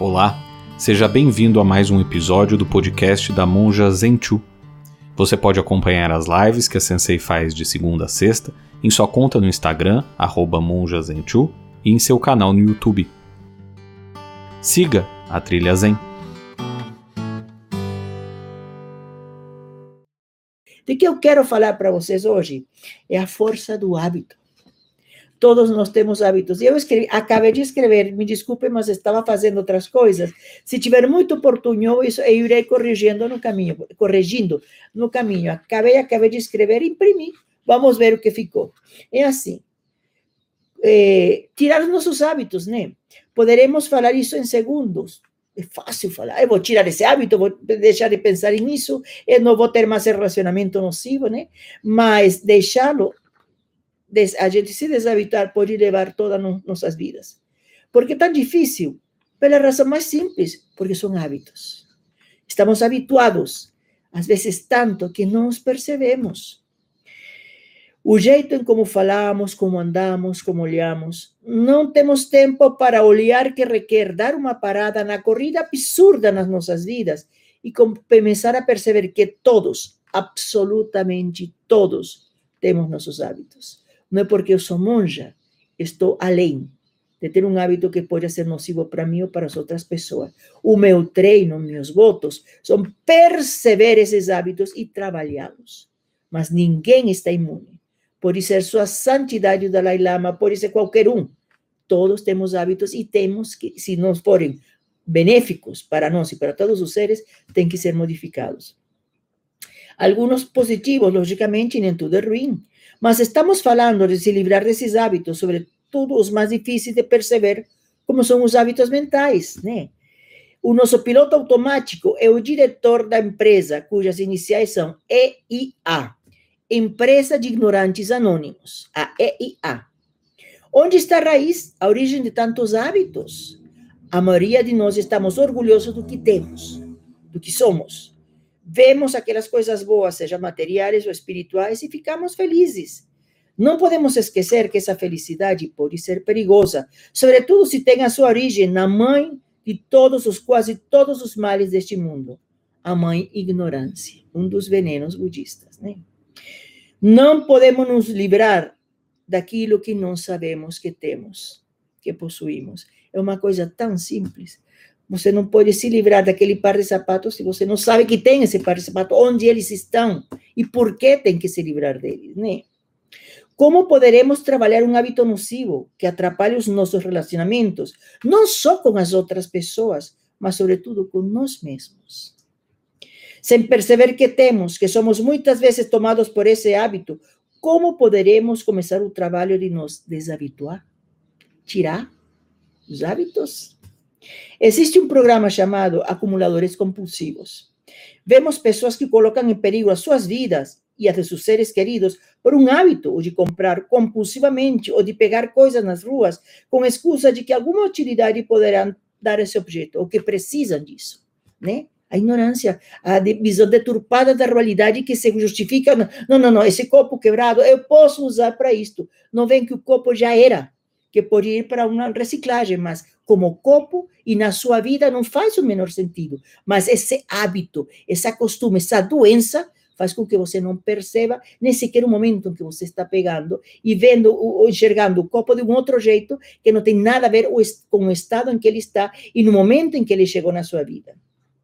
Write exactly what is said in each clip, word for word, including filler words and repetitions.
Olá, seja bem-vindo a mais um episódio do podcast da Monja Zenchu. Você pode acompanhar as lives que a Sensei faz de segunda a sexta em sua conta no Instagram, arroba Monja Zenchu, e em seu canal no YouTube. Siga a Trilha Zen. De que eu quero falar para vocês hoje é a força do hábito. Todos nós temos hábitos. Eu escrevi, acabei de escrever, me desculpe, mas estava fazendo outras coisas. Se tiver muito oportuno, isso eu irei corrigindo no caminho, corrigindo no caminho. Acabei, acabei de escrever, imprimi. Vamos ver o que ficou. É assim. É, tirar os nossos hábitos, né? Poderemos falar isso em segundos. É fácil falar. Eu vou tirar esse hábito, vou deixar de pensar nisso, eu não vou ter mais esse relacionamento nocivo, né? Mas deixá-lo, a gente se desabituar pode levar todas as nossas vidas. Por que é tão difícil? Pela razão mais simples, porque são hábitos. Estamos habituados, às vezes tanto, que não os percebemos. O jeito em como falamos, como andamos, como olhamos, não temos tempo para olhar que requer dar uma parada na corrida absurda nas nossas vidas e começar a perceber que todos, absolutamente todos, temos nossos hábitos. Não é porque eu sou monja, estou além de ter um hábito que pode ser nocivo para mim ou para as outras pessoas. O meu treino, meus votos, são perceber esses hábitos e trabalhá-los. Mas ninguém está imune. Pode ser sua santidade o Dalai Lama, pode ser qualquer um. Todos temos hábitos e temos que, se não forem benéficos para nós e para todos os seres, têm que ser modificados. Alguns positivos, logicamente, nem tudo é ruim. Mas estamos falando de se livrar desses hábitos, sobretudo os mais difíceis de perceber, como são os hábitos mentais, né? O nosso piloto automático é o diretor da empresa, cujas iniciais são E I A, Empresa de Ignorantes Anônimos, a E I A. Onde está a raiz, a origem de tantos hábitos? A maioria de nós estamos orgulhosos do que temos, do que somos. Vemos aquelas coisas boas, sejam materiais ou espirituais, e ficamos felizes. Não podemos esquecer que essa felicidade pode ser perigosa, sobretudo se tem a sua origem na mãe de todos os, quase todos os males deste mundo, a mãe ignorância, um dos venenos budistas, né? Não podemos nos livrar daquilo que não sabemos que temos, que possuímos. É uma coisa tão simples. Você não pode se livrar daquele par de sapatos se você não sabe que tem esse par de sapatos, onde eles estão e por que tem que se livrar deles, né? Como poderemos trabalhar um hábito nocivo que atrapalhe os nossos relacionamentos, não só com as outras pessoas, mas sobretudo com nós mesmos? Sem perceber que temos, que somos muitas vezes tomados por esse hábito, como poderemos começar o trabalho de nos desabituar? Tirar os hábitos? Existe um programa chamado Acumuladores Compulsivos. Vemos pessoas que colocam em perigo as suas vidas e as de seus seres queridos por um hábito, ou de comprar compulsivamente, ou de pegar coisas nas ruas com a excusa de que alguma utilidade poderão dar esse objeto, ou que precisam disso, né? A ignorância, a visão deturpada da realidade que se justifica. Não, não, não, esse copo quebrado eu posso usar para isto. Não vem que o copo já era, que pode ir para uma reciclagem, mas como copo e na sua vida não faz o menor sentido. Mas esse hábito, esse costume, essa doença faz com que você não perceba nem sequer o momento em que você está pegando e vendo ou enxergando o copo de um outro jeito que não tem nada a ver com o estado em que ele está e no momento em que ele chegou na sua vida.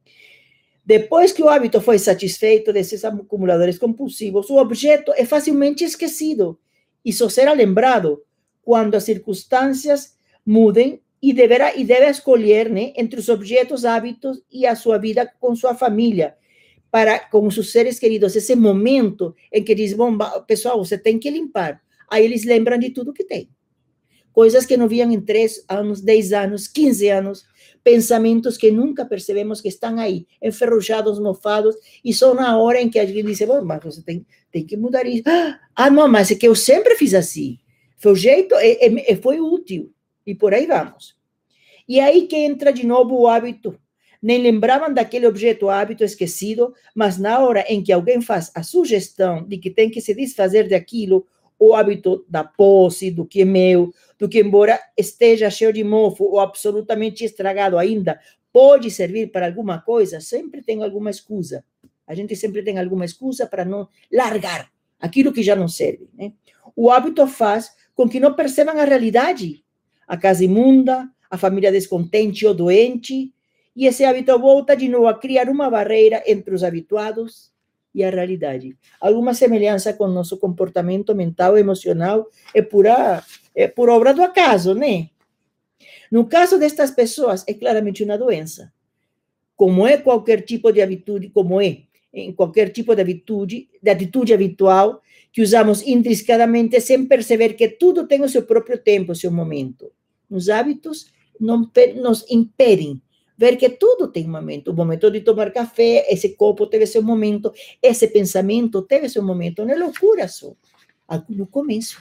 Depois que o hábito foi satisfeito desses acumuladores compulsivos, o objeto é facilmente esquecido e só será lembrado quando as circunstâncias mudem e deverá e deve escolher, né, entre os objetos, hábitos e a sua vida com sua família, para com seus seres queridos, esse momento em que diz, bom, pessoal, você tem que limpar. Aí eles lembram de tudo que tem. Coisas que não viam em três anos, dez anos, quinze anos, pensamentos que nunca percebemos que estão aí, enferrujados, mofados, e só na hora em que a gente diz, bom, mas você tem, tem que mudar isso. Ah, não, mas é que eu sempre fiz assim. Foi o jeito, é, é, foi útil. E por aí vamos. E aí que entra de novo o hábito. Nem lembravam daquele objeto hábito esquecido, mas na hora em que alguém faz a sugestão de que tem que se desfazer daquilo, o hábito da posse, do que é meu, do que embora esteja cheio de mofo ou absolutamente estragado ainda, pode servir para alguma coisa, sempre tem alguma excusa. A gente sempre tem alguma excusa para não largar aquilo que já não serve, né? O hábito faz com que não percebam a realidade, a casa imunda, a família descontente ou doente, e esse hábito volta de novo a criar uma barreira entre os habituados e a realidade. Alguma semelhança com o nosso comportamento mental e emocional é pura, é por obra do acaso, né? No caso destas pessoas, é claramente uma doença. Como é qualquer tipo de atitude, como é em qualquer tipo de atitude, de atitude habitual que usamos intrinsecamente sem perceber que tudo tem o seu próprio tempo, o seu momento. Os hábitos não nos impedem ver que tudo tem um momento. O momento de tomar café, esse copo teve seu momento, esse pensamento teve seu momento. Não é loucura só, no começo.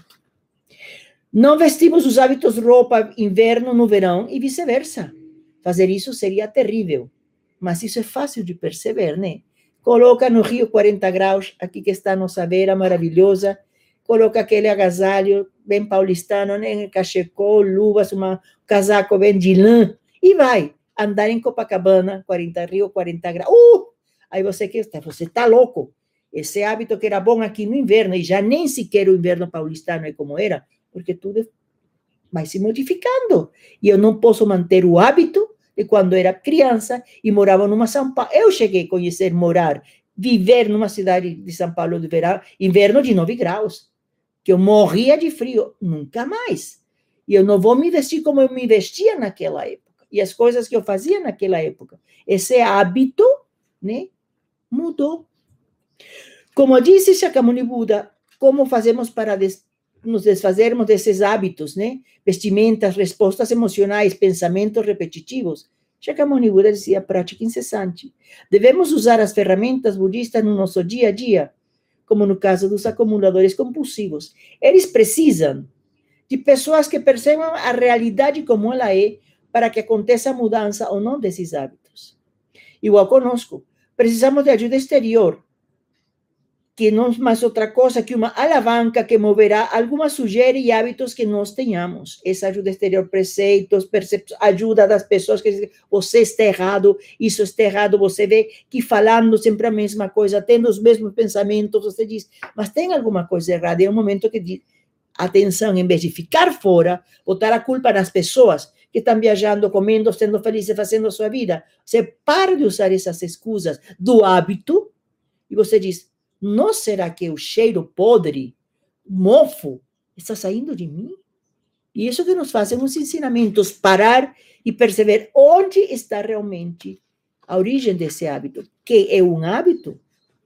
Não vestimos os hábitos roupa inverno no verão e vice-versa. Fazer isso seria terrível, mas isso é fácil de perceber, né? Coloca no Rio quarenta graus, aqui que está a nossa beira maravilhosa, coloca aquele agasalho bem paulistano, né? Cachecol, luvas, um casaco bem de lã, e vai andar em Copacabana, quarenta, Rio quarenta graus. Uh! Aí você que está, você está louco. Esse hábito que era bom aqui no inverno, e já nem sequer o inverno paulistano é como era, porque tudo vai se modificando. E eu não posso manter o hábito de quando era criança e morava numa São Paulo. Eu cheguei a conhecer, morar, viver numa cidade de São Paulo de verão, inverno de nove graus, que eu morria de frio. Nunca mais. E eu não vou me vestir como eu me vestia naquela época. E as coisas que eu fazia naquela época. Esse hábito, né, mudou. Como disse Shakyamuni Buda, como fazemos para des nos desfazermos desses hábitos, né? Vestimentas, respostas emocionais, pensamentos repetitivos. Shakyamuni Buda dizia prática incessante. Devemos usar as ferramentas budistas no nosso dia a dia, como no caso dos acumuladores compulsivos. Eles precisam de pessoas que percebam a realidade como ela é, para que aconteça a mudança ou não desses hábitos. Igual conosco, precisamos de ajuda exterior, que não é mais outra coisa que uma alavanca que moverá alguma sujeira e hábitos que nós tenhamos. Essa ajuda exterior, preceitos, percepções, ajuda das pessoas que dizem, você está errado, isso está errado, você vê que falando sempre a mesma coisa, tendo os mesmos pensamentos, você diz, mas tem alguma coisa errada. É um momento que diz, atenção, em vez de ficar fora, botar a culpa nas pessoas que estão viajando, comendo, sendo felizes, fazendo a sua vida. Você para de usar essas excusas do hábito e você diz, não será que o cheiro podre, mofo, está saindo de mim? E isso que nos fazem os ensinamentos, parar e perceber onde está realmente a origem desse hábito, que é um hábito.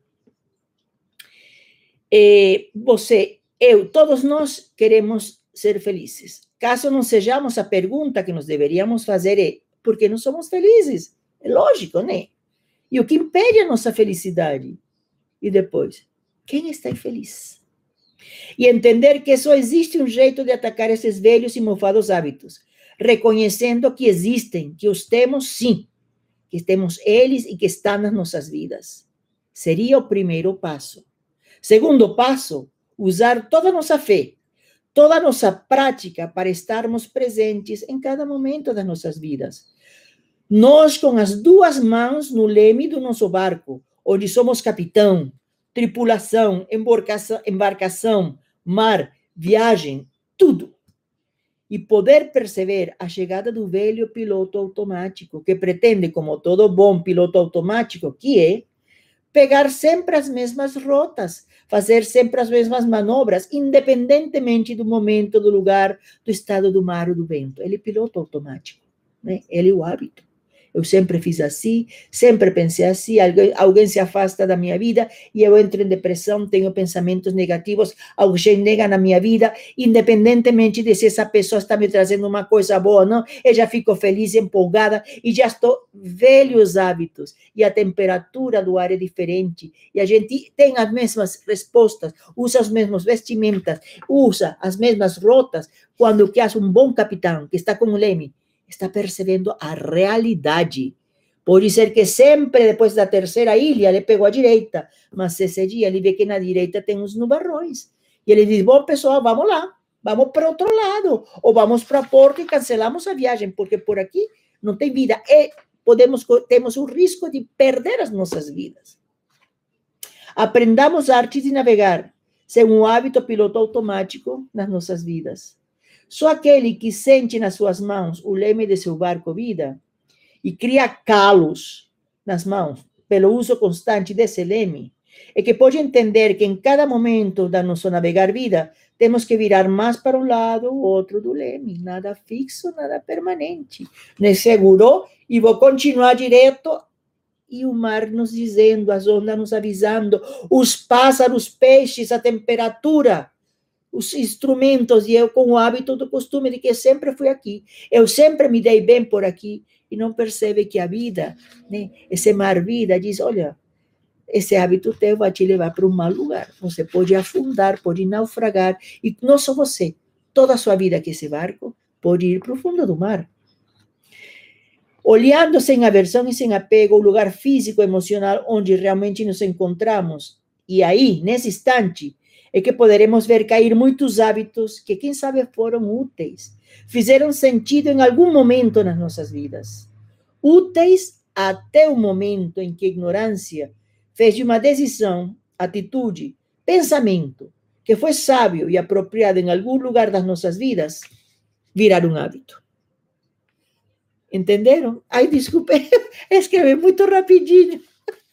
É, você, eu, todos nós queremos ser felizes. Caso não sejamos, a pergunta que nós deveríamos fazer é, por que não somos felizes? É lógico, né? E o que impede a nossa felicidade? E depois, quem está infeliz? E entender que só existe um jeito de atacar esses velhos e mofados hábitos, reconhecendo que existem, que os temos sim, que temos eles e que estão nas nossas vidas. Seria o primeiro passo. Segundo passo, usar toda a nossa fé, toda a nossa prática para estarmos presentes em cada momento das nossas vidas. Nós, com as duas mãos no leme do nosso barco, onde somos capitão, tripulação, embarcação, embarcação, mar, viagem, tudo. E poder perceber a chegada do velho piloto automático, que pretende, como todo bom piloto automático que é, pegar sempre as mesmas rotas, fazer sempre as mesmas manobras, independentemente do momento, do lugar, do estado do mar ou do vento. Ele é piloto automático, né? Ele é o hábito. Eu sempre fiz assim, sempre pensei assim, alguém, alguém se afasta da minha vida e eu entro em depressão, tenho pensamentos negativos, alguém nega na minha vida, independentemente de se essa pessoa está me trazendo uma coisa boa ou não, eu já fico feliz, empolgada e já estou velhos hábitos e a temperatura do ar é diferente e a gente tem as mesmas respostas, usa as mesmas vestimentas, usa as mesmas rotas, quando o que hace um bom capitão, que está com o leme, está percebendo a realidade. Pode ser que sempre, depois da terceira ilha, ele pegou a direita, mas esse dia ele vê que na direita tem uns nubarrões. E ele diz, bom, pessoal, vamos lá, vamos para outro lado, ou vamos para Porto e cancelamos a viagem, porque por aqui não tem vida. E podemos, temos o risco de perder as nossas vidas. Aprendamos a arte de navegar, sem um hábito piloto automático nas nossas vidas. Só aquele que sente nas suas mãos o leme de seu barco vida e cria calos nas mãos pelo uso constante desse leme, é que pode entender que em cada momento da nosso navegar vida, temos que virar mais para um lado ou outro do leme. Nada fixo, nada permanente. Me segurou e vou continuar direto. E o mar nos dizendo, as ondas nos avisando, os pássaros, peixes, a temperatura, os instrumentos, e eu com o hábito do costume de que sempre fui aqui. Eu sempre me dei bem por aqui. E não percebe que a vida, né, esse mar-vida, diz, olha, esse hábito teu vai te levar para um mau lugar. Você pode afundar, pode naufragar. E não só você, toda a sua vida que esse barco pode ir para o fundo do mar. Olhando sem aversão e sem apego o lugar físico e emocional onde realmente nos encontramos. E aí, nesse instante, é que poderemos ver cair muitos hábitos que, quem sabe, foram úteis. Fizeram sentido em algum momento nas nossas vidas. Úteis até o momento em que a ignorância fez de uma decisão, atitude, pensamento, que foi sábio e apropriado em algum lugar das nossas vidas, virar um hábito. Entenderam? Ai, desculpe, escrevi muito rapidinho.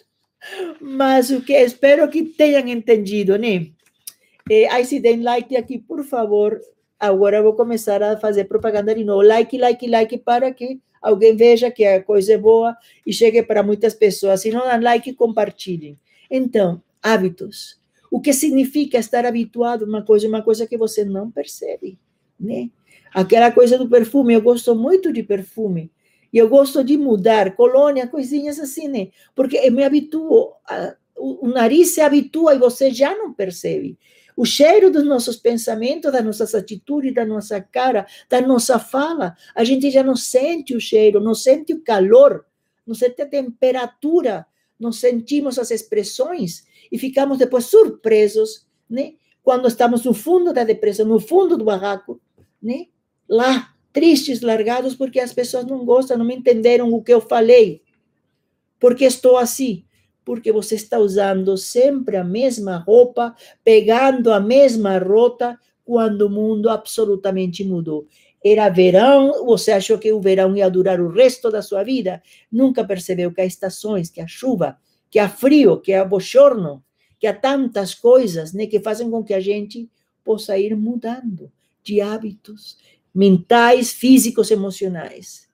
Mas o que espero que tenham entendido, né? Eh, aí se deem like aqui, por favor. Agora eu vou começar a fazer propaganda de novo. Like, like, like, para que alguém veja que a coisa é boa e chegue para muitas pessoas. Se não dão like, compartilhem. Então, hábitos. O que significa estar habituado a uma coisa, uma coisa que você não percebe, né? Aquela coisa do perfume, eu gosto muito de perfume. E eu gosto de mudar, colônia, coisinhas assim, né? Porque eu me habituo, a, o, o nariz se habitua e você já não percebe. O cheiro dos nossos pensamentos, das nossas atitudes, da nossa cara, da nossa fala, a gente já não sente o cheiro, não sente o calor, não sente a temperatura, não sentimos as expressões e ficamos depois surpresos, né? Quando estamos no fundo da depressão, no fundo do barraco, né? Lá, tristes, largados, porque as pessoas não gostam, não me entenderam o que eu falei. Porque estou assim? Porque você está usando sempre a mesma roupa, pegando a mesma rota, quando o mundo absolutamente mudou. Era verão, você achou que o verão ia durar o resto da sua vida? Nunca percebeu que há estações, que há chuva, que há frio, que há bochorno, que há tantas coisas, né, que fazem com que a gente possa ir mudando de hábitos mentais, físicos, emocionais.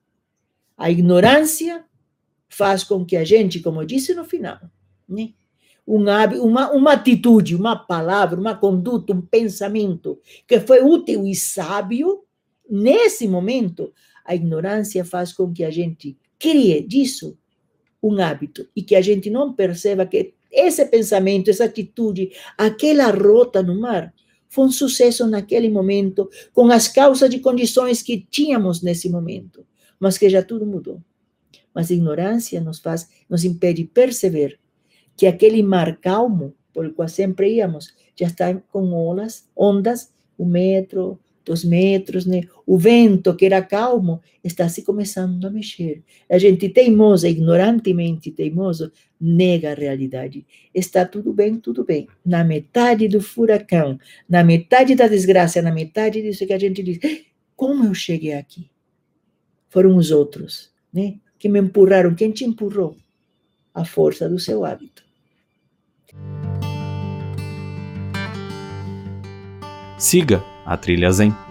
A ignorância faz com que a gente, como eu disse no final, né, um hábito, uma, uma atitude, uma palavra, uma conduta, um pensamento que foi útil e sábio, nesse momento, a ignorância faz com que a gente crie disso um hábito e que a gente não perceba que esse pensamento, essa atitude, aquela rota no mar, foi um sucesso naquele momento, com as causas e condições que tínhamos nesse momento, mas que já tudo mudou. Mas a ignorância nos faz, nos impede perceber que aquele mar calmo, por qual sempre íamos, já está com ondas, ondas, um metro, dois metros, né? O vento, que era calmo, está se começando a mexer. A gente teimosa, ignorantemente teimoso, nega a realidade. Está tudo bem, tudo bem. Na metade do furacão, na metade da desgraça, na metade disso que a gente diz, como eu cheguei aqui? Foram os outros, né, que me empurraram. Quem te empurrou? A força do seu hábito. Siga a Trilha Zen.